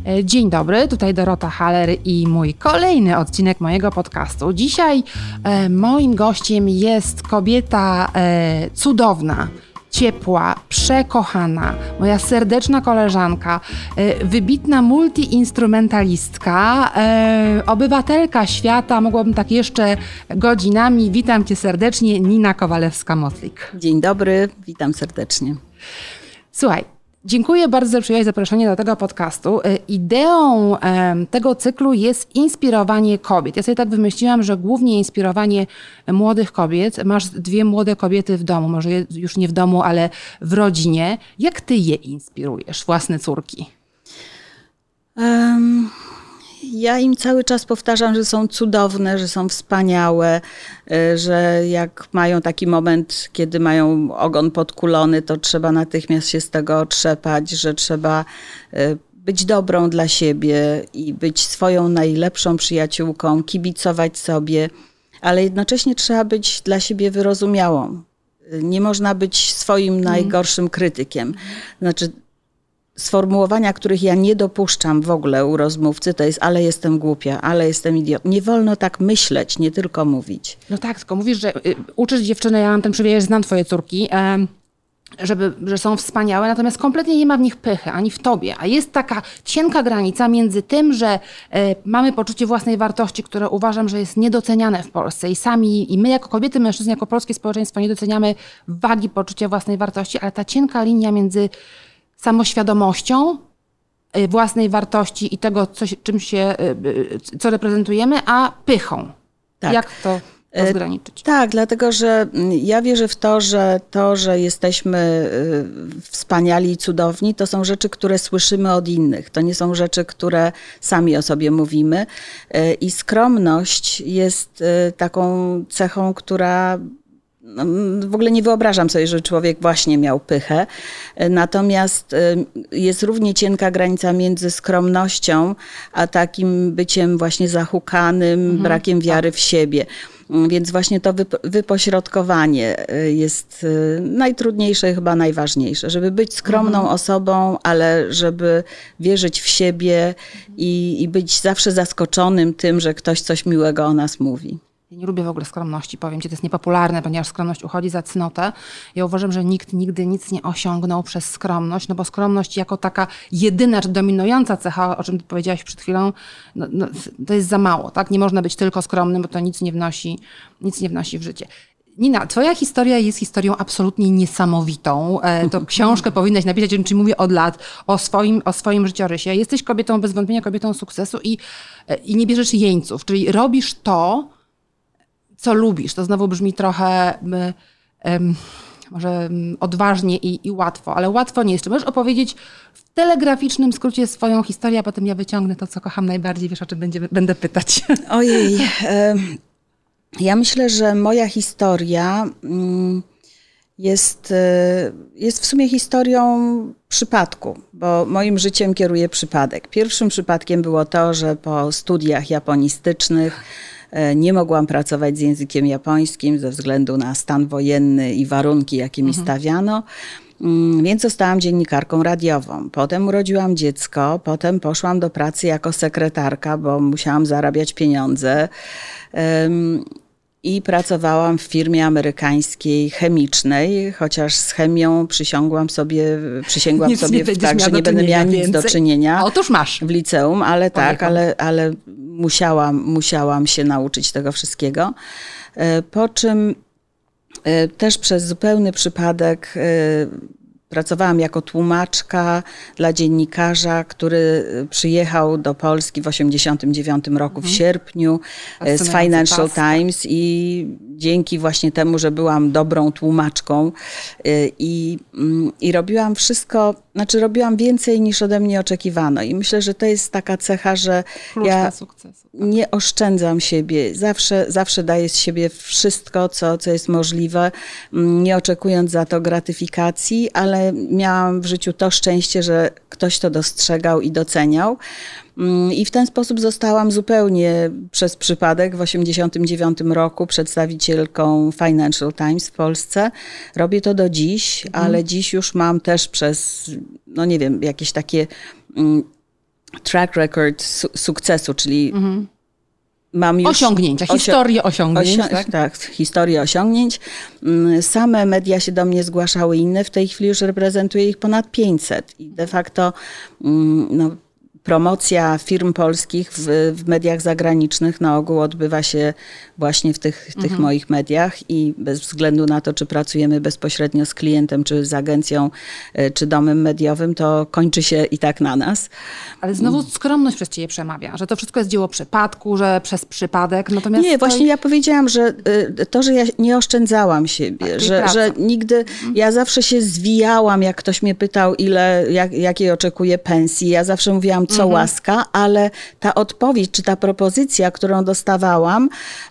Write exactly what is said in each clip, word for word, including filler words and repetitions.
Dzień dobry, tutaj Dorota Haller i mój kolejny odcinek mojego podcastu. Dzisiaj e, moim gościem jest kobieta e, cudowna, ciepła, przekochana, moja serdeczna koleżanka, e, wybitna multiinstrumentalistka, e, obywatelka świata, mogłabym tak jeszcze godzinami. Witam Cię serdecznie, Nina Kowalewska-Motlik. Dzień dobry, witam serdecznie. Słuchaj, dziękuję bardzo, że przyjąłeś zaproszenie do tego podcastu. Ideą tego cyklu jest inspirowanie kobiet. Ja sobie tak wymyśliłam, że głównie inspirowanie młodych kobiet. Masz dwie młode kobiety w domu, może już nie w domu, ale w rodzinie. Jak ty je inspirujesz, własne córki? Um... Ja im cały czas powtarzam, że są cudowne, że są wspaniałe, że jak mają taki moment, kiedy mają ogon podkulony, to trzeba natychmiast się z tego otrzepać, że trzeba być dobrą dla siebie i być swoją najlepszą przyjaciółką, kibicować sobie, ale jednocześnie trzeba być dla siebie wyrozumiałą. Nie można być swoim najgorszym krytykiem. Znaczy, sformułowania, których ja nie dopuszczam w ogóle u rozmówcy, to jest ale jestem głupia, ale jestem idiot. Nie wolno tak myśleć, nie tylko mówić. No tak, tylko mówisz, że y, uczysz dziewczyny, ja mam ten przywilej, znam twoje córki, y, żeby, że są wspaniałe, natomiast kompletnie nie ma w nich pychy, ani w tobie. A jest taka cienka granica między tym, że y, mamy poczucie własnej wartości, które uważam, że jest niedoceniane w Polsce i sami, i my jako kobiety, mężczyźni, jako polskie społeczeństwo nie doceniamy wagi poczucia własnej wartości, ale ta cienka linia między samoświadomością własnej wartości i tego, co, czym się, co reprezentujemy, a pychą. Tak. Jak to rozgraniczyć? Tak, dlatego że ja wierzę w to, że to, że jesteśmy wspaniali i cudowni, to są rzeczy, które słyszymy od innych. To nie są rzeczy, które sami o sobie mówimy. I skromność jest taką cechą, która... No, w ogóle nie wyobrażam sobie, że człowiek właśnie miał pychę. Natomiast jest równie cienka granica między skromnością, a takim byciem właśnie zahukanym, mhm, brakiem wiary tak. w siebie. Więc właśnie to wypośrodkowanie jest najtrudniejsze i chyba najważniejsze. Żeby być skromną mhm. osobą, ale żeby wierzyć w siebie i, i być zawsze zaskoczonym tym, że ktoś coś miłego o nas mówi. Ja nie lubię w ogóle skromności, powiem ci, to jest niepopularne, ponieważ skromność uchodzi za cnotę. Ja uważam, że nikt nigdy nic nie osiągnął przez skromność, no bo skromność jako taka jedyna czy dominująca cecha, o czym ty powiedziałaś przed chwilą, no, no, to jest za mało, tak? Nie można być tylko skromnym, bo to nic nie wnosi, nic nie wnosi w życie. Nina, twoja historia jest historią absolutnie niesamowitą. To książkę powinnaś napisać, o czym mówię od lat, o swoim, o swoim życiorysie. Jesteś kobietą, bez wątpienia kobietą sukcesu i, i nie bierzesz jeńców, czyli robisz to, co lubisz. To znowu brzmi trochę um, może odważnie i, i łatwo, ale łatwo nie jest. Czy możesz opowiedzieć w telegraficznym skrócie swoją historię, a potem ja wyciągnę to, co kocham najbardziej, wiesz, o czym będzie, będę pytać. Ojej. Ja myślę, że moja historia jest, jest w sumie historią przypadku, bo moim życiem kieruje przypadek. Pierwszym przypadkiem było to, że po studiach japonistycznych nie mogłam pracować z językiem japońskim ze względu na stan wojenny i warunki, jakie mi mhm. stawiano, więc zostałam dziennikarką radiową. Potem urodziłam dziecko, potem poszłam do pracy jako sekretarka, bo musiałam zarabiać pieniądze. I pracowałam w firmie amerykańskiej chemicznej, chociaż z chemią przysiągłam sobie, przysięgłam nic sobie w tak, że nie będę miała nic do czynienia. A otóż masz. W liceum, ale tak, ale, ale musiałam, musiałam się nauczyć tego wszystkiego. Po czym też przez zupełny przypadek pracowałam jako tłumaczka dla dziennikarza, który przyjechał do Polski w osiemdziesiątym dziewiątym roku mhm. w sierpniu z Financial Times i dzięki właśnie temu, że byłam dobrą tłumaczką i, i robiłam wszystko, znaczy robiłam więcej niż ode mnie oczekiwano i myślę, że to jest taka cecha, że Klucz ja sukcesu, tak. nie oszczędzam siebie, zawsze, zawsze daję z siebie wszystko, co, co jest możliwe, nie oczekując za to gratyfikacji, ale miałam w życiu to szczęście, że ktoś to dostrzegał i doceniał. I w ten sposób zostałam zupełnie przez przypadek w osiemdziesiątym dziewiątym roku przedstawicielką Financial Times w Polsce. Robię to do dziś, mhm. ale dziś już mam też przez, no nie wiem, jakieś takie track record su sukcesu, czyli mhm. mam już... Osiągnięcia, historię osiągnięć. Osio tak? tak, historię osiągnięć. Same media się do mnie zgłaszały inne, w tej chwili już reprezentuję ich ponad pięćset i de facto no, promocja firm polskich w, w mediach zagranicznych na ogół odbywa się właśnie w tych, mhm. tych moich mediach i bez względu na to, czy pracujemy bezpośrednio z klientem, czy z agencją, czy domem mediowym, to kończy się i tak na nas. Ale znowu skromność przez ciebie przemawia, że to wszystko jest dzieło przypadku, że przez przypadek. Natomiast nie, właśnie to... ja powiedziałam, że to, że ja nie oszczędzałam siebie, tak, że, że nigdy, mhm. ja zawsze się zwijałam, jak ktoś mnie pytał, ile, jak, jakiej oczekuję pensji. Ja zawsze mówiłam, co mhm. łaska, ale ta odpowiedź, czy ta propozycja, którą dostawałam,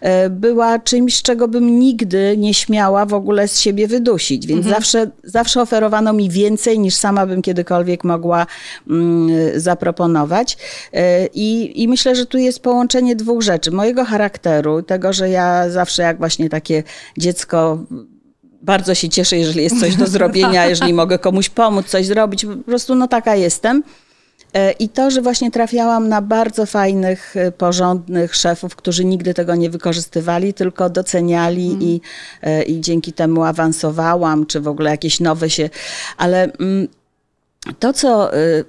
była czymś, czego bym nigdy nie śmiała w ogóle z siebie wydusić. Więc mhm. zawsze, zawsze oferowano mi więcej, niż sama bym kiedykolwiek mogła mm, zaproponować. I, I myślę, że tu jest połączenie dwóch rzeczy. Mojego charakteru, tego, że ja zawsze jak właśnie takie dziecko bardzo się cieszę, jeżeli jest coś do zrobienia, jeżeli mogę komuś pomóc, coś zrobić. Po prostu no taka jestem. I to, że właśnie trafiałam na bardzo fajnych, porządnych szefów, którzy nigdy tego nie wykorzystywali, tylko doceniali mm. i, i dzięki temu awansowałam, czy w ogóle jakieś nowe się... Ale mm, to, co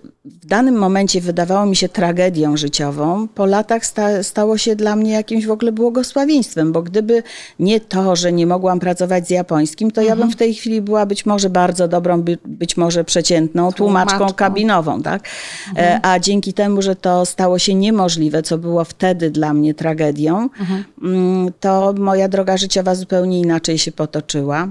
w danym momencie wydawało mi się tragedią życiową, po latach sta, stało się dla mnie jakimś w ogóle błogosławieństwem, bo gdyby nie to, że nie mogłam pracować z japońskim, to mhm. ja bym w tej chwili była być może bardzo dobrą, by, być może przeciętną tłumaczką, tłumaczką kabinową, tak? Mhm. A dzięki temu, że to stało się niemożliwe, co było wtedy dla mnie tragedią, mhm. to moja droga życiowa zupełnie inaczej się potoczyła.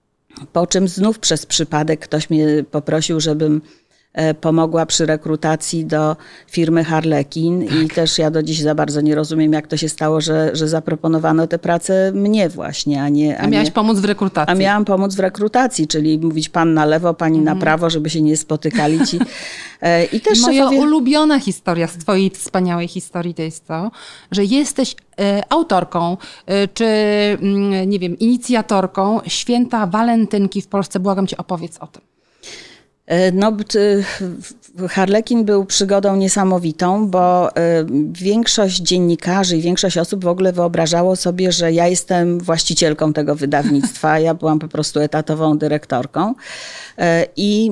Po czym znów przez przypadek ktoś mnie poprosił, żebym pomogła przy rekrutacji do firmy Harlekin tak. i też ja do dziś za bardzo nie rozumiem, jak to się stało, że, że zaproponowano tę pracę mnie właśnie, a nie... A, a miałaś nie, pomóc w rekrutacji. A miałam pomóc w rekrutacji, czyli mówić pan na lewo, pani mhm. na prawo, żeby się nie spotykali ci. I też Moja szefowie... ulubiona historia z twojej wspaniałej historii to jest to, że jesteś autorką, czy nie wiem, inicjatorką Święta Walentynki w Polsce. Błagam cię, opowiedz o tym. No, Harlekin był przygodą niesamowitą, bo większość dziennikarzy i większość osób w ogóle wyobrażało sobie, że ja jestem właścicielką tego wydawnictwa. Ja byłam po prostu etatową dyrektorką. I,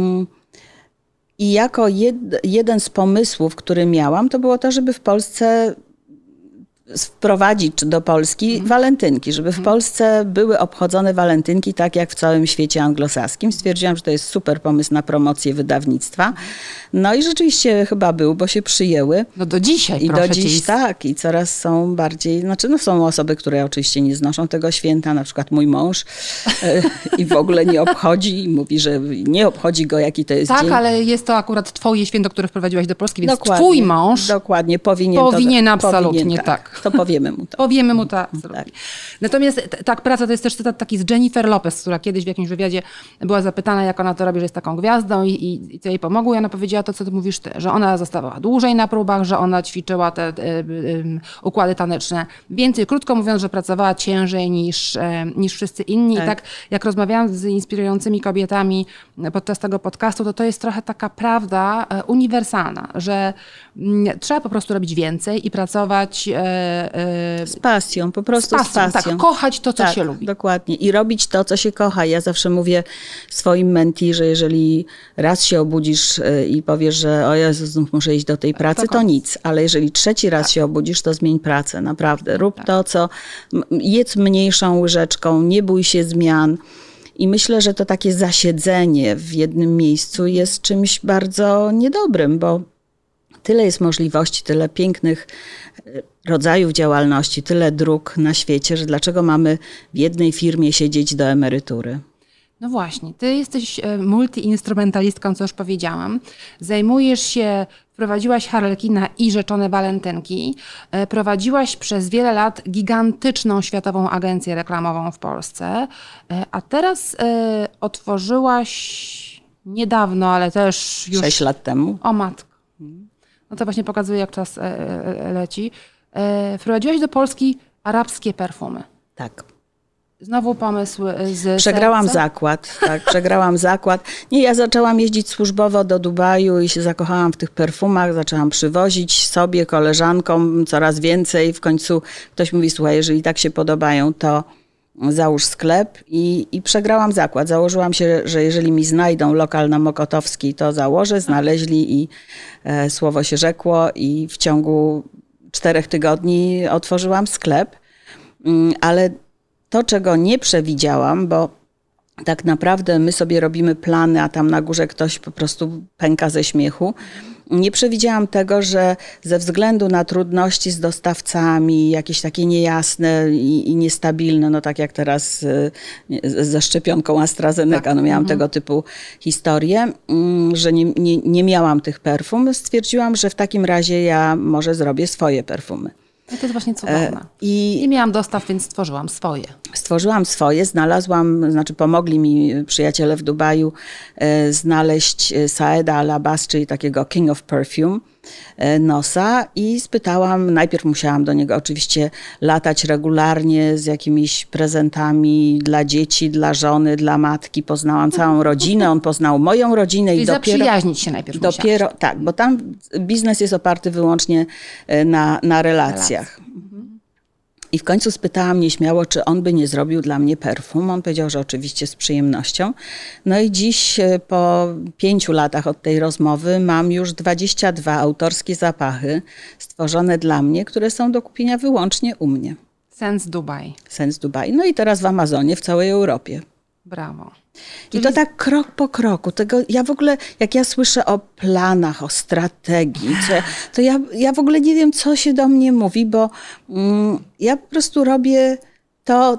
i jako jed, jeden z pomysłów, który miałam, to było to, żeby w Polsce wprowadzić do Polski mhm. walentynki, żeby w Polsce były obchodzone walentynki tak jak w całym świecie anglosaskim. Stwierdziłam, że to jest super pomysł na promocję wydawnictwa. No i rzeczywiście chyba był, bo się przyjęły. No do dzisiaj, I do dziś tak. I coraz są bardziej, znaczy no są osoby, które oczywiście nie znoszą tego święta, na przykład mój mąż i w ogóle nie obchodzi i mówi, że nie obchodzi go, jaki to jest tak, dzień. Tak, ale jest to akurat twoje święto, które wprowadziłaś do Polski, więc dokładnie, twój mąż dokładnie, powinien, powinien to, absolutnie powinien, tak. tak. To powiemy mu to. Powiemy mu to absolutnie. Tak. Natomiast tak, praca to jest też cytat taki z Jennifer Lopez, która kiedyś w jakimś wywiadzie była zapytana, jak ona to robi, że jest taką gwiazdą i, i, i co jej pomogło. I ona powiedziała to, co ty mówisz ty, że ona zostawała dłużej na próbach, że ona ćwiczyła te y, y, y, układy taneczne więcej. Krótko mówiąc, że pracowała ciężej niż, y, niż wszyscy inni. Tak. I tak jak rozmawiałam z inspirującymi kobietami podczas tego podcastu, to to jest trochę taka prawda y, uniwersalna, że y, trzeba po prostu robić więcej i pracować y, y, z pasją, po prostu z pasją. Z pasją. Tak, kochać to, co tak, się lubi. Dokładnie. I robić to, co się kocha. Ja zawsze mówię swoim mentee, że jeżeli raz się obudzisz i powiesz, że o Jezu, znów muszę iść do tej pracy, to, to nic. Ale jeżeli trzeci raz tak. się obudzisz, to zmień pracę. Naprawdę. Rób tak. to, co... Jedz mniejszą łyżeczką, nie bój się zmian. I myślę, że to takie zasiedzenie w jednym miejscu jest czymś bardzo niedobrym, bo tyle jest możliwości, tyle pięknych rodzajów działalności, tyle dróg na świecie, że dlaczego mamy w jednej firmie siedzieć do emerytury? No właśnie, ty jesteś multiinstrumentalistką, co już powiedziałam. Zajmujesz się, prowadziłaś Harlekina i Rzeczone Walentynki. Prowadziłaś przez wiele lat gigantyczną światową agencję reklamową w Polsce, a teraz otworzyłaś niedawno, ale też już... Sześć lat temu. O matko. No to właśnie pokazuje, jak czas leci. Wprowadziłaś do Polski arabskie perfumy. Tak. Znowu pomysł z Przegrałam serca? zakład, tak, przegrałam zakład. Nie, ja zaczęłam jeździć służbowo do Dubaju i się zakochałam w tych perfumach, zaczęłam przywozić sobie, koleżankom coraz więcej. W końcu ktoś mówi, słuchaj, jeżeli tak się podobają, to załóż sklep i, i przegrałam zakład. Założyłam się, że jeżeli mi znajdą lokal na Mokotowskiej, to założę. Znaleźli i e, słowo się rzekło i w ciągu czterech tygodni otworzyłam sklep. Mm, ale to, czego nie przewidziałam, bo tak naprawdę my sobie robimy plany, a tam na górze ktoś po prostu pęka ze śmiechu. Nie przewidziałam tego, że ze względu na trudności z dostawcami, jakieś takie niejasne i, i niestabilne, no tak jak teraz z, ze szczepionką AstraZeneca, tak. no miałam mhm. tego typu historie, że nie, nie, nie miałam tych perfum. Stwierdziłam, że w takim razie ja może zrobię swoje perfumy. No to jest właśnie cudowne. I nie miałam dostaw, więc stworzyłam swoje. Stworzyłam swoje, znalazłam, znaczy pomogli mi przyjaciele w Dubaju e, znaleźć Saeda Al-Abbas, czyli takiego King of Perfume, e, nosa i spytałam, najpierw musiałam do niego oczywiście latać regularnie z jakimiś prezentami dla dzieci, dla żony, dla matki. Poznałam całą rodzinę, on poznał moją rodzinę. I, i dopiero zaprzyjaźnić się najpierw dopiero Tak, bo tam biznes jest oparty wyłącznie na, na relacjach. I w końcu spytałam nieśmiało, czy on by nie zrobił dla mnie perfum. On powiedział, że oczywiście z przyjemnością. No i dziś po pięciu latach od tej rozmowy mam już dwadzieścia dwa autorskie zapachy stworzone dla mnie, które są do kupienia wyłącznie u mnie. Sense Dubai. Sense Dubai. No i teraz w Amazonie, w całej Europie. Brawo. I to tak krok po kroku. Tego, ja w ogóle, jak ja słyszę o planach, o strategii, to ja, ja w ogóle nie wiem, co się do mnie mówi, bo mm, ja po prostu robię to,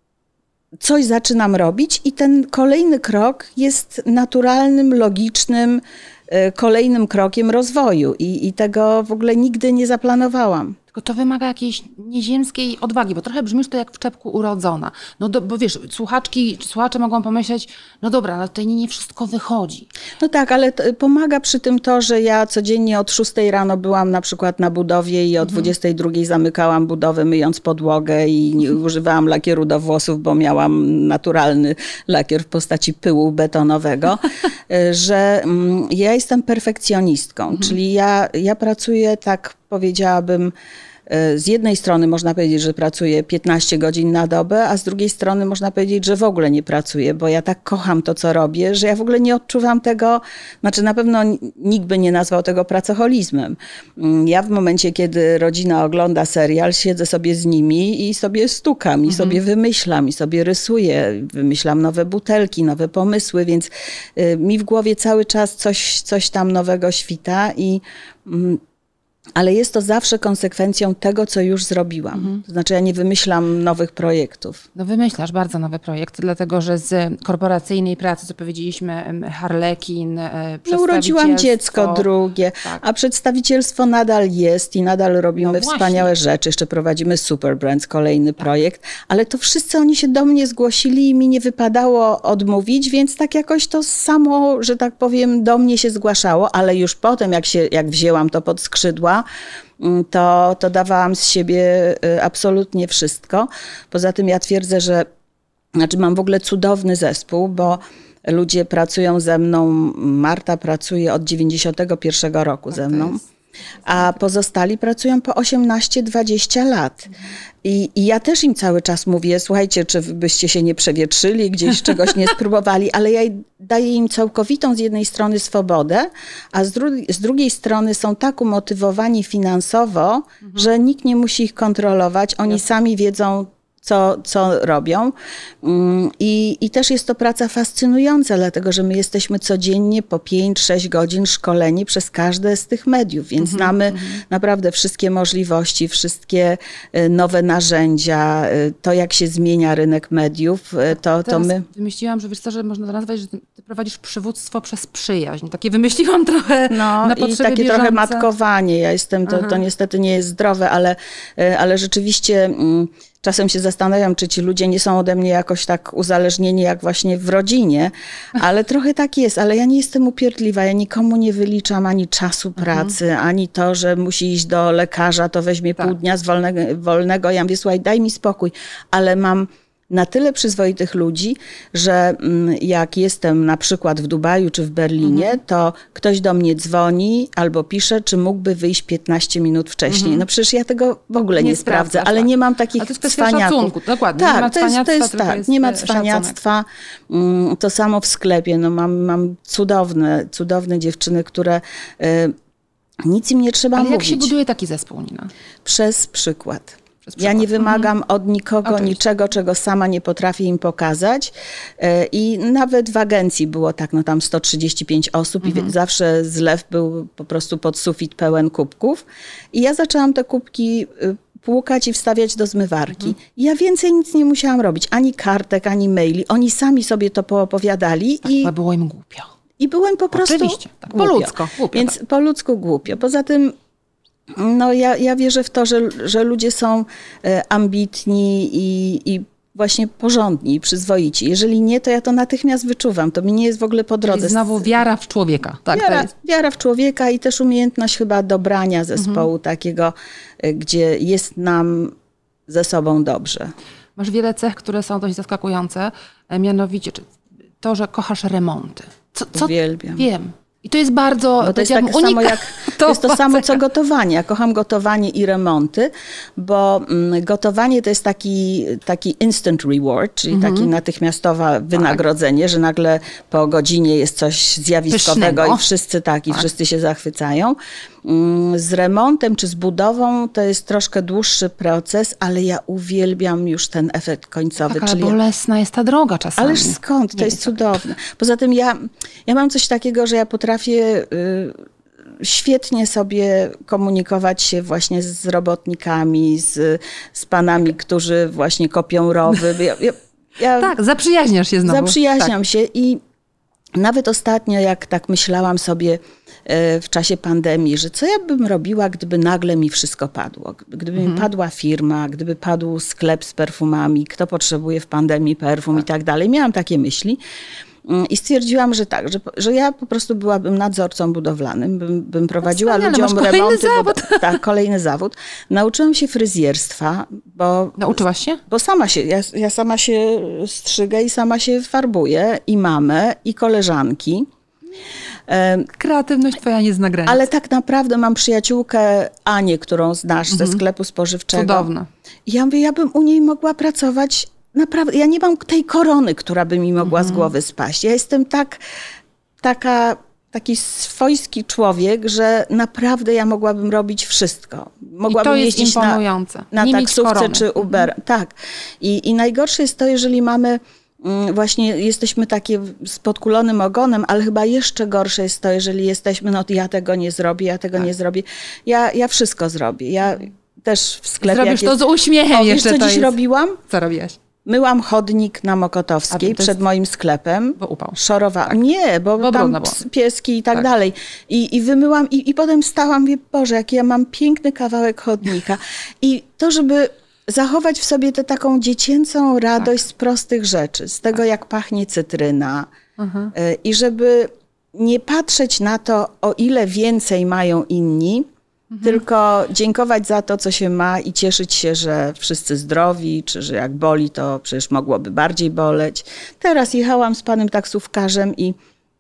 coś zaczynam robić i ten kolejny krok jest naturalnym, logicznym, y, kolejnym krokiem rozwoju. I, I tego w ogóle nigdy nie zaplanowałam. Tylko to wymaga jakiejś nieziemskiej odwagi, bo trochę brzmisz to jak w czepku urodzona. No do, bo wiesz, słuchaczki, słuchacze mogą pomyśleć, no dobra, ale tutaj nie, nie wszystko wychodzi. No tak, ale to, pomaga przy tym to, że ja codziennie od szóstej rano byłam na przykład na budowie i o mhm. dwudziestej drugiej zamykałam budowę, myjąc podłogę i nie używałam lakieru do włosów, bo miałam naturalny lakier w postaci pyłu betonowego, że mm, ja jestem perfekcjonistką, mhm. czyli ja, ja pracuję tak, powiedziałabym, z jednej strony można powiedzieć, że pracuję piętnaście godzin na dobę, a z drugiej strony można powiedzieć, że w ogóle nie pracuję, bo ja tak kocham to, co robię, że ja w ogóle nie odczuwam tego, znaczy na pewno nikt by nie nazwał tego pracoholizmem. Ja w momencie, kiedy rodzina ogląda serial, siedzę sobie z nimi i sobie stukam, i mhm. sobie wymyślam, i sobie rysuję, wymyślam nowe butelki, nowe pomysły, więc mi w głowie cały czas coś, coś tam nowego świta i ale jest to zawsze konsekwencją tego, co już zrobiłam. Mhm. To znaczy ja nie wymyślam nowych projektów. No wymyślasz bardzo nowe projekty, dlatego że z korporacyjnej pracy, co powiedzieliśmy, harlekin, przedstawicielstwo... No urodziłam dziecko drugie, tak. a przedstawicielstwo nadal jest i nadal robimy no wspaniałe rzeczy. Jeszcze prowadzimy Super Brands, kolejny tak. projekt, ale to wszyscy oni się do mnie zgłosili i mi nie wypadało odmówić, więc tak jakoś to samo, że tak powiem, do mnie się zgłaszało, ale już potem, jak, się, jak wzięłam to pod skrzydła, To, to dawałam z siebie absolutnie wszystko. Poza tym ja twierdzę, że znaczy mam w ogóle cudowny zespół, bo ludzie pracują ze mną, Marta pracuje od dziewięćdziesiątego pierwszego roku ze mną, a pozostali pracują po osiemnaście dwadzieścia lat. I, I ja też im cały czas mówię, słuchajcie, czy byście się nie przewietrzyli, gdzieś czegoś nie spróbowali, ale ja daję im całkowitą z jednej strony swobodę, a z, dru z drugiej strony są tak umotywowani finansowo, mhm. że nikt nie musi ich kontrolować, oni Jasne. sami wiedzą, Co, co robią. I, I też jest to praca fascynująca, dlatego że my jesteśmy codziennie po pięć sześć godzin szkoleni przez każde z tych mediów, więc mm-hmm, znamy mm-hmm. naprawdę wszystkie możliwości, wszystkie nowe narzędzia, to jak się zmienia rynek mediów, to, to my... Wymyśliłam, że wiesz co, że można to nazwać, że ty prowadzisz przywództwo przez przyjaźń. Takie wymyśliłam trochę no, na potrzeby i takie bieżące. Trochę matkowanie. Ja jestem, to, to niestety nie jest zdrowe, ale, ale rzeczywiście... Czasem się zastanawiam, czy ci ludzie nie są ode mnie jakoś tak uzależnieni jak właśnie w rodzinie, ale trochę tak jest, ale ja nie jestem upierdliwa, ja nikomu nie wyliczam ani czasu pracy, mhm. ani to, że musi iść do lekarza, to weźmie tak. pół dnia z wolnego, wolnego. Ja mówię, słuchaj, daj mi spokój, ale mam na tyle przyzwoitych ludzi, że jak jestem na przykład w Dubaju czy w Berlinie, mhm. to ktoś do mnie dzwoni albo pisze, czy mógłby wyjść piętnaście minut wcześniej. Mhm. No przecież ja tego w ogóle nie, nie sprawdzę, ale tak. nie mam takich cwaniaków. Dokładnie. Tak, nie ma to jest, to jest tak, jest nie ma cwaniactwa. Szacunek. To samo w sklepie. No mam, mam cudowne, cudowne dziewczyny, które y, nic im nie trzeba ale mówić. Jak się buduje taki zespół, Nina? Przez przykład. Ja nie wymagam od nikogo Oczywiście. niczego, czego sama nie potrafię im pokazać. I nawet w agencji było tak, no tam sto trzydzieści pięć osób mhm. i zawsze zlew był po prostu pod sufit pełen kubków. I ja zaczęłam te kubki płukać i wstawiać do zmywarki. Mhm. I ja więcej nic nie musiałam robić. Ani kartek, ani maili. Oni sami sobie to poopowiadali. Tak, i było im głupio. I byłem po prostu Oczywiście, tak, głupio. po ludzku. Głupio, Więc tak. po ludzku głupio. Poza tym no ja, ja wierzę w to, że, że ludzie są ambitni i, i właśnie porządni i przyzwoici. Jeżeli nie, to ja to natychmiast wyczuwam. To mi nie jest w ogóle po drodze. Czyli znowu wiara w człowieka. Tak, wiara, to jest. wiara w człowieka i też umiejętność chyba dobrania zespołu mhm. takiego, gdzie jest nam ze sobą dobrze. Masz wiele cech, które są dość zaskakujące. Mianowicie to, że kochasz remonty. Co, co? Uwielbiam. Wiem. I to jest bardzo... Bo to jest, tak samo jak, to jest to samo co gotowanie. Ja kocham gotowanie i remonty, bo mm, gotowanie to jest taki, taki instant reward, czyli mm-hmm. takie natychmiastowe wynagrodzenie, tak. że nagle po godzinie jest coś zjawiskowego Pysznego. i wszyscy tak, i tak. wszyscy się zachwycają. Z remontem czy z budową to jest troszkę dłuższy proces, ale ja uwielbiam już ten efekt końcowy. Tak, ale czyli bolesna jest ta droga czasami. Ależ skąd? To Nie, jest cudowne. Poza tym ja, ja mam coś takiego, że ja potrafię y, świetnie sobie komunikować się właśnie z robotnikami, z, z panami, którzy właśnie kopią rowy. Ja, ja, ja tak, zaprzyjaźniasz się znowu. Zaprzyjaźniam tak. się i nawet ostatnio, jak tak myślałam sobie w czasie pandemii, że co ja bym robiła, gdyby nagle mi wszystko padło. Gdyby mhm. mi padła firma, gdyby padł sklep z perfumami, kto potrzebuje w pandemii perfum tak. i tak dalej. Miałam takie myśli. I stwierdziłam, że tak, że, że ja po prostu byłabym nadzorcą budowlanym, bym, bym prowadziła no ludziom kolejny remonty. Zawód. Bo, tak, kolejny zawód. Nauczyłam się fryzjerstwa, bo... Nauczyłaś się? Bo sama się, ja, ja sama się strzygę i sama się farbuję i mamę, i koleżanki. Kreatywność twoja nie zna granic. Ale tak naprawdę mam przyjaciółkę Anię, którą znasz mhm. ze sklepu spożywczego. Cudowna. I ja mówię, ja bym u niej mogła pracować naprawdę. Ja nie mam tej korony, która by mi mogła mhm. z głowy spaść. Ja jestem tak, taka, taki swojski człowiek, że naprawdę ja mogłabym robić wszystko. Mogłabym I to jest jeździć imponujące. na, na taksówce czy Uber. Mhm. Tak. I, I najgorsze jest to, jeżeli mamy właśnie jesteśmy takie z podkulonym ogonem, ale chyba jeszcze gorsze jest to, jeżeli jesteśmy, no ja tego nie zrobię, ja tego tak. nie zrobię. Ja, ja wszystko zrobię. Ja też w sklepie... Zrobisz to jest... z uśmiechem o, jeszcze. Wiesz, co to dziś jest... robiłam? Co robiłaś? Myłam chodnik na Mokotowskiej przed jest... moim sklepem. Bo upał. Szorowałam. Tak. Nie, bo, bo tam pieski i tak, tak. dalej. I, i wymyłam i, i potem stałam, mówię, Boże, jaki ja mam piękny kawałek chodnika. I to, żeby zachować w sobie tę taką dziecięcą radość tak. z prostych rzeczy, z tego, tak. jak pachnie cytryna. Mhm. I żeby nie patrzeć na to, o ile więcej mają inni, mhm. tylko dziękować za to, co się ma i cieszyć się, że wszyscy zdrowi, czy że jak boli, to przecież mogłoby bardziej boleć. Teraz jechałam z panem taksówkarzem i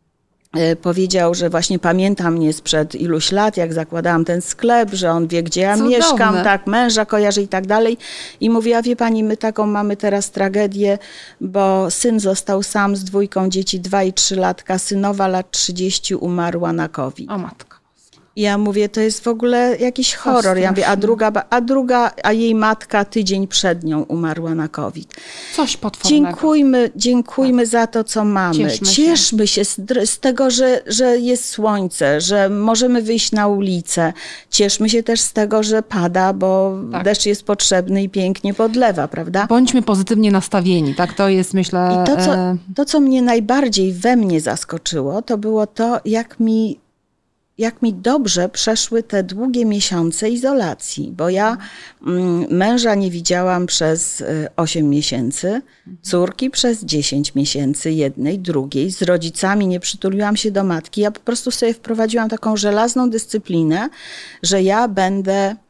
powiedział, że właśnie pamięta mnie sprzed iluś lat, jak zakładałam ten sklep, że on wie, gdzie ja Cudowne. mieszkam, tak, męża kojarzy i tak dalej. I mówi, a wie pani, my taką mamy teraz tragedię, bo syn został sam z dwójką dzieci, dwa i trzy latka, synowa lat trzydzieści umarła na COVID. O matko. I ja mówię, to jest w ogóle jakiś horror. Ja mówię, a druga, a druga, a jej matka tydzień przed nią umarła na COVID. Coś potwornego. Dziękujmy, dziękujmy tak. za to, co mamy. Cieszmy, Cieszmy się, się z, z tego, że, że jest słońce, że możemy wyjść na ulicę. Cieszmy się też z tego, że pada, bo tak. deszcz jest potrzebny i pięknie podlewa, prawda? Bądźmy pozytywnie nastawieni, tak? To jest, myślę... I to, co, to, co mnie najbardziej we mnie zaskoczyło, to było to, jak mi jak mi dobrze przeszły te długie miesiące izolacji, bo ja mm, męża nie widziałam przez osiem miesięcy, córki przez dziesięć miesięcy, jednej, drugiej, z rodzicami nie przytuliłam się do matki. Ja po prostu sobie wprowadziłam taką żelazną dyscyplinę, że ja będę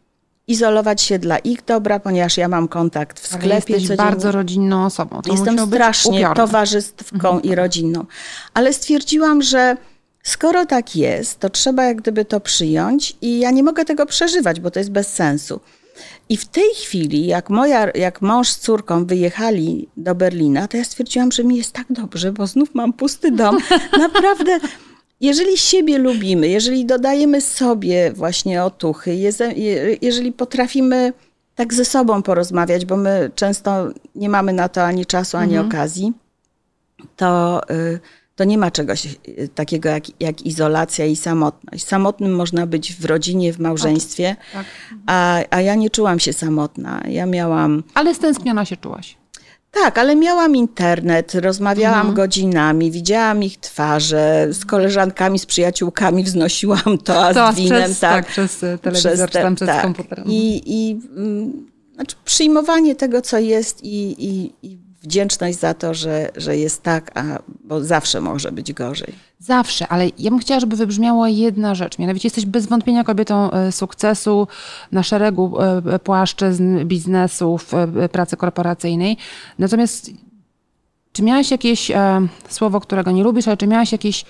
izolować się dla ich dobra, ponieważ ja mam kontakt w sklepie. Ale jesteś codziennie. bardzo rodzinną osobą. To Jestem strasznie upiorne. towarzystwką mhm. i rodzinną. Ale stwierdziłam, że skoro tak jest, to trzeba jak gdyby to przyjąć i ja nie mogę tego przeżywać, bo to jest bez sensu. I w tej chwili, jak, moja, jak mąż z córką wyjechali do Berlina, to ja stwierdziłam, że mi jest tak dobrze, bo znów mam pusty dom. Naprawdę, jeżeli siebie lubimy, jeżeli dodajemy sobie właśnie otuchy, jeżeli potrafimy tak ze sobą porozmawiać, bo my często nie mamy na to ani czasu, ani mhm. okazji, to... to nie ma czegoś takiego jak, jak izolacja i samotność. Samotnym można być w rodzinie, w małżeństwie, tak, tak. A, a ja nie czułam się samotna. Ja miałam... Ale stęskniona się czułaś. Tak, ale miałam internet, rozmawiałam mhm. godzinami, widziałam ich twarze, z koleżankami, z przyjaciółkami wznosiłam to, to z winem. Przez, tak, tak, przez telewizor, przez te, czy tam przez tak. komputer. I, i mm, znaczy przyjmowanie tego, co jest i, i, i wdzięczność za to, że, że jest tak, a, bo zawsze może być gorzej. Zawsze, ale ja bym chciała, żeby wybrzmiała jedna rzecz. Mianowicie jesteś bez wątpienia kobietą sukcesu na szeregu płaszczyzn biznesów, pracy korporacyjnej. Natomiast czy miałaś jakieś e, słowo, którego nie lubisz, ale czy miałaś jakieś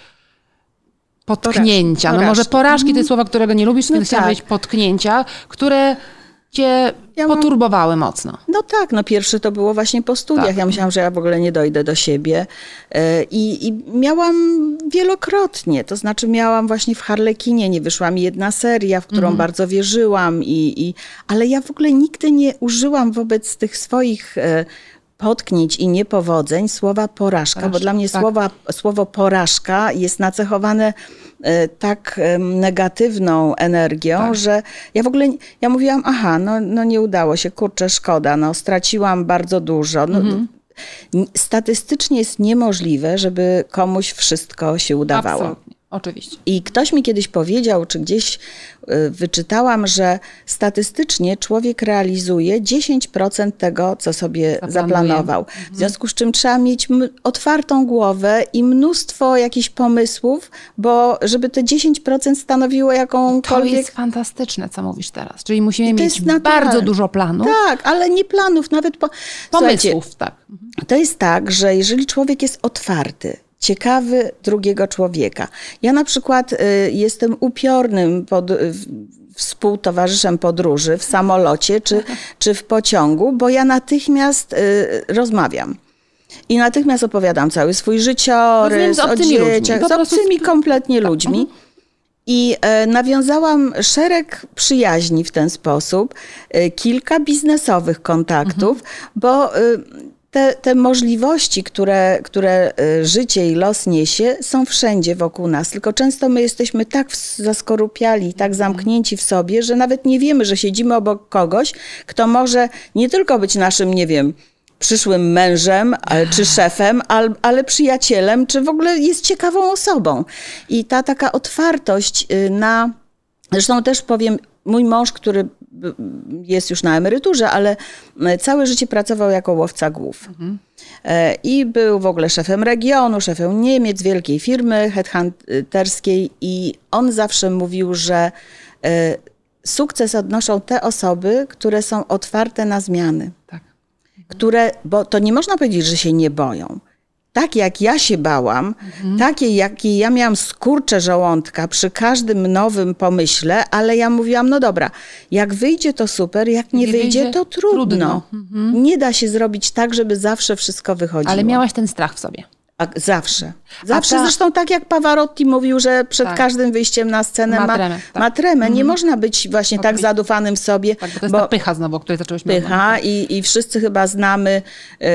potknięcia? Porażki. No może porażki to jest słowo, którego nie lubisz, no więc tak. Chciałam powiedzieć potknięcia, które cię ja poturbowały mam... mocno. No tak, no pierwsze to było właśnie po studiach. Tak. Ja myślałam, że ja w ogóle nie dojdę do siebie. I, i miałam wielokrotnie, to znaczy miałam właśnie w Harlekinie, nie wyszła mi jedna seria, w którą mm. bardzo wierzyłam, i, i, ale ja w ogóle nigdy nie użyłam wobec tych swoich potknięć i niepowodzeń słowa porażka, porażka bo dla mnie tak. słowa, słowo porażka jest nacechowane tak negatywną energią, tak. że ja w ogóle, ja mówiłam, aha, no, no nie udało się, kurczę, szkoda, no straciłam bardzo dużo. No, mhm. Statystycznie jest niemożliwe, żeby komuś wszystko się udawało. Absolutnie. Oczywiście. I ktoś mi kiedyś powiedział, czy gdzieś wyczytałam, że statystycznie człowiek realizuje dziesięć procent tego, co sobie Zaplanuje. zaplanował. Mhm. W związku z czym trzeba mieć otwartą głowę i mnóstwo jakichś pomysłów, bo żeby te dziesięć procent stanowiło jakąkolwiek... To jest fantastyczne, co mówisz teraz. Czyli musimy mieć bardzo dużo planów. Tak, ale nie planów, nawet... Po... Pomysłów, tak. Mhm. To jest tak, że jeżeli człowiek jest otwarty, ciekawy drugiego człowieka. Ja na przykład y, jestem upiornym pod, y, współtowarzyszem podróży w samolocie czy, czy w pociągu, bo ja natychmiast y, rozmawiam. I natychmiast opowiadam cały swój życiorys o dzieciach, z obcymi kompletnie ludźmi. I e, nawiązałam szereg przyjaźni w ten sposób, e, kilka biznesowych kontaktów, mhm. bo... E, Te, te możliwości, które, które życie i los niesie, są wszędzie wokół nas. Tylko często my jesteśmy tak zaskorupiali, tak zamknięci w sobie, że nawet nie wiemy, że siedzimy obok kogoś, kto może nie tylko być naszym, nie wiem, przyszłym mężem czy szefem, ale przyjacielem, czy w ogóle jest ciekawą osobą. I ta taka otwartość na... Zresztą też powiem, mój mąż, który jest już na emeryturze, ale całe życie pracował jako łowca głów. Mhm. I był w ogóle szefem regionu, szefem Niemiec, wielkiej firmy headhunterskiej, i on zawsze mówił, że sukces odnoszą te osoby, które są otwarte na zmiany. Tak. Które, bo to nie można powiedzieć, że się nie boją. Tak jak ja się bałam, mhm. takie jakie ja miałam skurcze żołądka przy każdym nowym pomyśle, ale ja mówiłam, no dobra, jak wyjdzie to super, jak nie, nie wyjdzie, wyjdzie to trudno. trudno. Mhm. Nie da się zrobić tak, żeby zawsze wszystko wychodziło. Ale miałaś ten strach w sobie. A, zawsze. Zawsze. Ta... Zresztą tak jak Pavarotti mówił, że przed tak. każdym wyjściem na scenę ma tremę. Tak. Ma tremę. Mhm. Nie można być właśnie tak zadufanym w sobie. Tak, bo to jest bo... ta pycha znowu, o której zaczęłyśmy mówić. Pycha i, i wszyscy chyba znamy... Yy,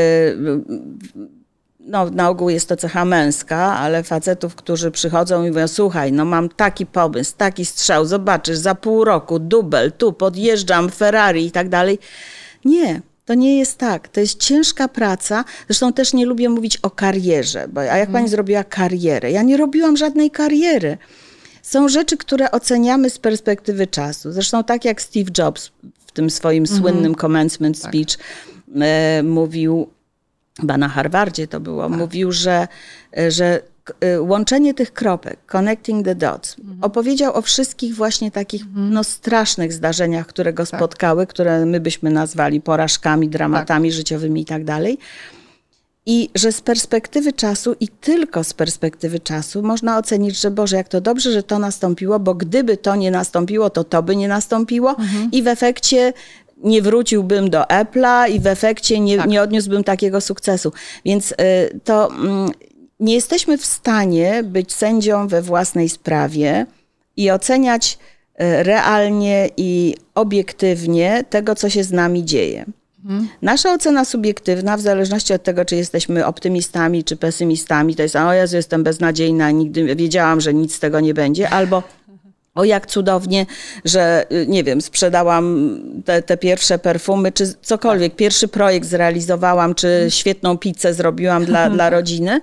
No, na ogół jest to cecha męska, ale facetów, którzy przychodzą i mówią, słuchaj, no mam taki pomysł, taki strzał, zobaczysz, za pół roku dubel, tu podjeżdżam, Ferrari i tak dalej. Nie, to nie jest tak. To jest ciężka praca. Zresztą też nie lubię mówić o karierze, bo a jak pani hmm. zrobiła karierę? Ja nie robiłam żadnej kariery. Są rzeczy, które oceniamy z perspektywy czasu. Zresztą tak jak Steve Jobs w tym swoim hmm. słynnym commencement speech tak. e, mówił, chyba na Harvardzie to było, tak. mówił, że, że łączenie tych kropek, connecting the dots. Mhm. Opowiedział o wszystkich właśnie takich mhm. no, strasznych zdarzeniach, które go tak. spotkały, które my byśmy nazwali porażkami, dramatami tak. życiowymi i tak dalej. I że z perspektywy czasu i tylko z perspektywy czasu można ocenić, że Boże, jak to dobrze, że to nastąpiło, bo gdyby to nie nastąpiło, to to by nie nastąpiło mhm. i w efekcie nie wróciłbym do Apple'a i w efekcie nie, tak. nie odniósłbym takiego sukcesu. Więc y, to y, nie jesteśmy w stanie być sędzią we własnej sprawie i oceniać y, realnie i obiektywnie tego, co się z nami dzieje. Hmm. Nasza ocena subiektywna, w zależności od tego, czy jesteśmy optymistami, czy pesymistami, to jest, o Jezu, jestem beznadziejna, nigdy wiedziałam, że nic z tego nie będzie, albo o jak cudownie, że nie wiem, sprzedałam te, te pierwsze perfumy, czy cokolwiek, pierwszy projekt zrealizowałam, czy świetną pizzę zrobiłam dla, dla rodziny,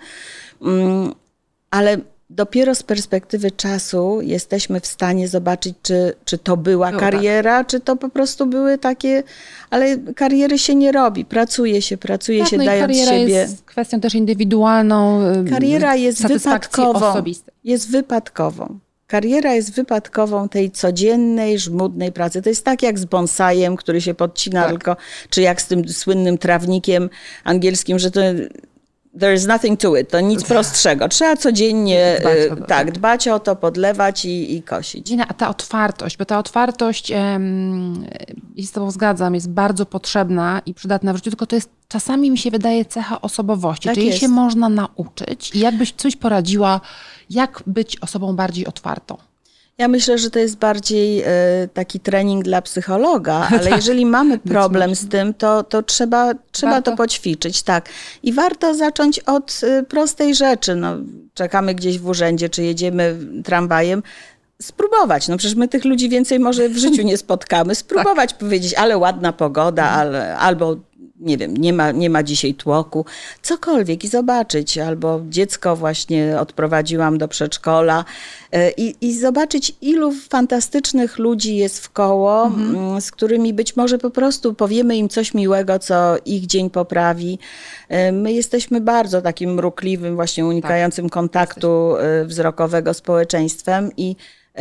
ale dopiero z perspektywy czasu jesteśmy w stanie zobaczyć, czy, czy to była Było kariera, tak. czy to po prostu były takie, ale kariery się nie robi, pracuje się, pracuje tak, się, no dając siebie. Kariera jest kwestią też indywidualną, kariera jest wypadkową, osobistej. Jest wypadkową. Kariera jest wypadkową tej codziennej, żmudnej pracy. To jest tak jak z bonsajem, który się podcina tak. tylko, czy jak z tym słynnym trawnikiem angielskim, że to there is nothing to it, to nic prostszego. Trzeba codziennie dbać o to, tak, dbać o to, podlewać i, i kosić. A ta otwartość, bo ta otwartość, um, i z tobą zgadzam, jest bardzo potrzebna i przydatna w życiu, tylko to jest czasami mi się wydaje cecha osobowości. Tak Czy jej jest. się można nauczyć? I jakbyś coś poradziła, jak być osobą bardziej otwartą? Ja myślę, że to jest bardziej y, taki trening dla psychologa, ale tak. jeżeli mamy problem z tym, to, to trzeba, trzeba to poćwiczyć. Tak. I warto zacząć od y, prostej rzeczy. No, czekamy gdzieś w urzędzie, czy jedziemy tramwajem. Spróbować. No przecież my tych ludzi więcej może w życiu nie spotkamy. Spróbować tak. powiedzieć, ale ładna pogoda, ale, albo nie wiem, nie ma, nie ma dzisiaj tłoku. Cokolwiek i zobaczyć. Albo dziecko właśnie odprowadziłam do przedszkola i, i zobaczyć, ilu fantastycznych ludzi jest wkoło, mhm. z którymi być może po prostu powiemy im coś miłego, co ich dzień poprawi. My jesteśmy bardzo takim mrukliwym, właśnie unikającym tak. kontaktu wzrokowego społeczeństwem i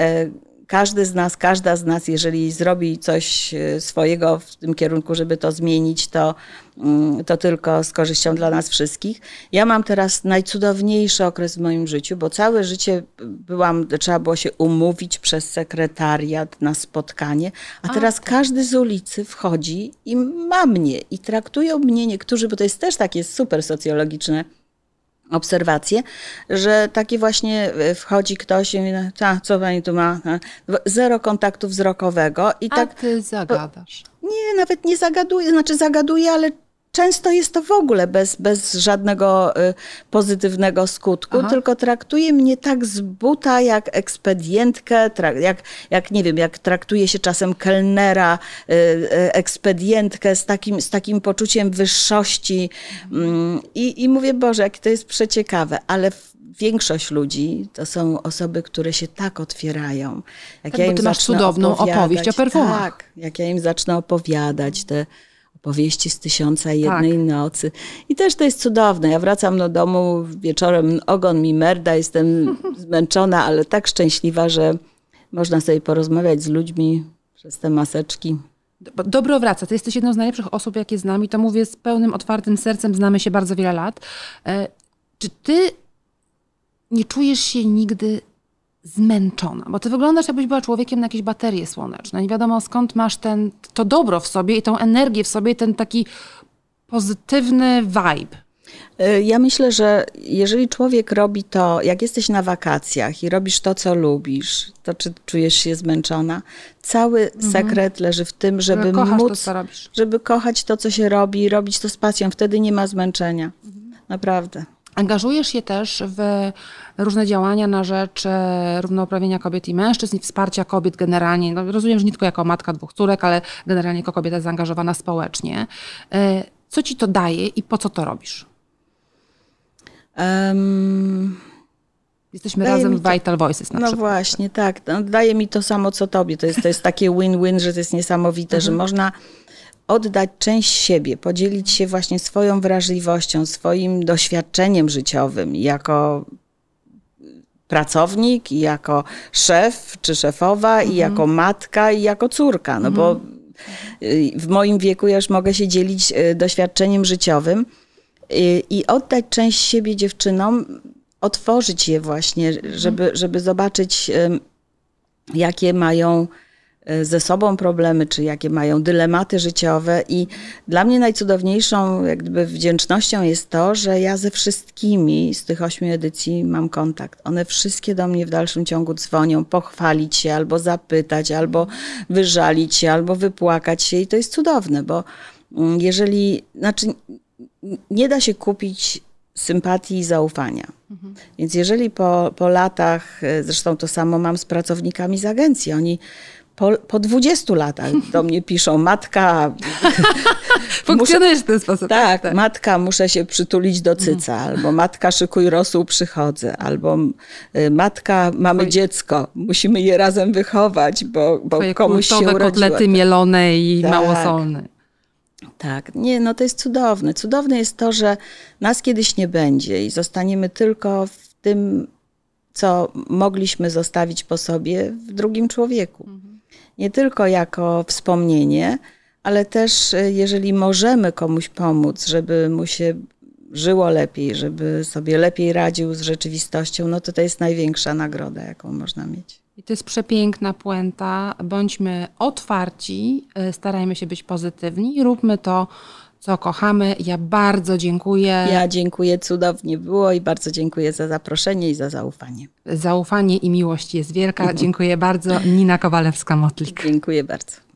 każdy z nas, każda z nas, jeżeli zrobi coś swojego w tym kierunku, żeby to zmienić, to, to tylko z korzyścią dla nas wszystkich. Ja mam teraz najcudowniejszy okres w moim życiu, bo całe życie byłam, trzeba było się umówić przez sekretariat na spotkanie, a teraz a, tak. każdy z ulicy wchodzi i ma mnie i traktują mnie niektórzy, bo to jest też takie super socjologiczne obserwacje, że takie właśnie wchodzi ktoś i mówi, a, co pani tu ma? Zero kontaktu wzrokowego. I a tak, ty zagadasz. Nie, nawet nie zagaduję, znaczy zagaduję, ale często jest to w ogóle bez, bez żadnego y, pozytywnego skutku, Aha. tylko traktuje mnie tak z buta jak ekspedientkę, trak, jak, jak nie wiem, jak traktuje się czasem kelnera, y, y, ekspedientkę z takim, z takim poczuciem wyższości. Mm, i, I mówię, Boże, jak to jest przeciekawe, ale większość ludzi to są osoby, które się tak otwierają. Jak tak, ja bo im ty masz cudowną opowieść o perfumach. Tak, jak ja im zacznę opowiadać te opowieści z Tysiąca i Jednej tak. Nocy. I też to jest cudowne. Ja wracam do domu wieczorem, ogon mi merda, jestem zmęczona, ale tak szczęśliwa, że można sobie porozmawiać z ludźmi przez te maseczki. Dobro wraca. Ty jesteś jedną z najlepszych osób, jakie znam i to mówię z pełnym, otwartym sercem. Znamy się bardzo wiele lat. E, czy ty nie czujesz się nigdy zmęczona? Bo ty wyglądasz, jakbyś była człowiekiem na jakieś baterie słoneczne. Nie wiadomo, skąd masz ten, to dobro w sobie i tą energię w sobie, ten taki pozytywny vibe. Ja myślę, że jeżeli człowiek robi to, jak jesteś na wakacjach i robisz to, co lubisz, to czy czujesz się zmęczona? Cały mhm. sekret leży w tym, żeby Kochasz móc, to, co robisz. żeby kochać to, co się robi, robić to z pasją. Wtedy nie ma zmęczenia. Mhm. Naprawdę. Angażujesz się też w różne działania na rzecz równouprawnienia kobiet i mężczyzn i wsparcia kobiet generalnie. No, rozumiem, że nie tylko jako matka dwóch córek, ale generalnie jako kobieta zaangażowana społecznie. Co ci to daje i po co to robisz? Um, Jesteśmy razem w Vital Voices na no przykład. No właśnie, tak. No, daje mi to samo, co tobie. To jest, to jest takie win-win, że to jest niesamowite, mhm. że można oddać część siebie, podzielić się właśnie swoją wrażliwością, swoim doświadczeniem życiowym jako pracownik, i jako szef czy szefowa, mhm. i jako matka, i jako córka. No mhm. bo w moim wieku ja już mogę się dzielić doświadczeniem życiowym i, i oddać część siebie dziewczynom, otworzyć je właśnie, żeby, żeby zobaczyć, jakie mają ze sobą problemy, czy jakie mają dylematy życiowe. I dla mnie najcudowniejszą jak gdyby wdzięcznością jest to, że ja ze wszystkimi z tych ośmiu edycji mam kontakt. One wszystkie do mnie w dalszym ciągu dzwonią, pochwalić się, albo zapytać, albo wyżalić się, albo wypłakać się. I to jest cudowne, bo jeżeli, znaczy nie da się kupić sympatii i zaufania. Mhm. Więc jeżeli po, po latach, zresztą to samo mam z pracownikami z agencji, oni po, po dwudziestu latach do mnie piszą, matka... Funkcjonujesz w ten sposób. Tak, tak, matka, muszę się przytulić do cyca, mhm. albo matka, szykuj rosół, przychodzę, albo matka, mamy Twoje... dziecko, musimy je razem wychować, bo, bo komuś się urodziło. Kotlety mielone i tak. małosolne. Tak, nie, no to jest cudowne. Cudowne jest to, że nas kiedyś nie będzie i zostaniemy tylko w tym, co mogliśmy zostawić po sobie w drugim człowieku. Mhm. Nie tylko jako wspomnienie, ale też jeżeli możemy komuś pomóc, żeby mu się żyło lepiej, żeby sobie lepiej radził z rzeczywistością, no to to jest największa nagroda, jaką można mieć. I to jest przepiękna puenta. Bądźmy otwarci, starajmy się być pozytywni, róbmy to, co kochamy. Ja bardzo dziękuję. Ja dziękuję, cudownie było i bardzo dziękuję za zaproszenie i za zaufanie. Zaufanie i miłość jest wielka. Dziękuję bardzo. Nina Kowalewska-Motlik. Dziękuję bardzo.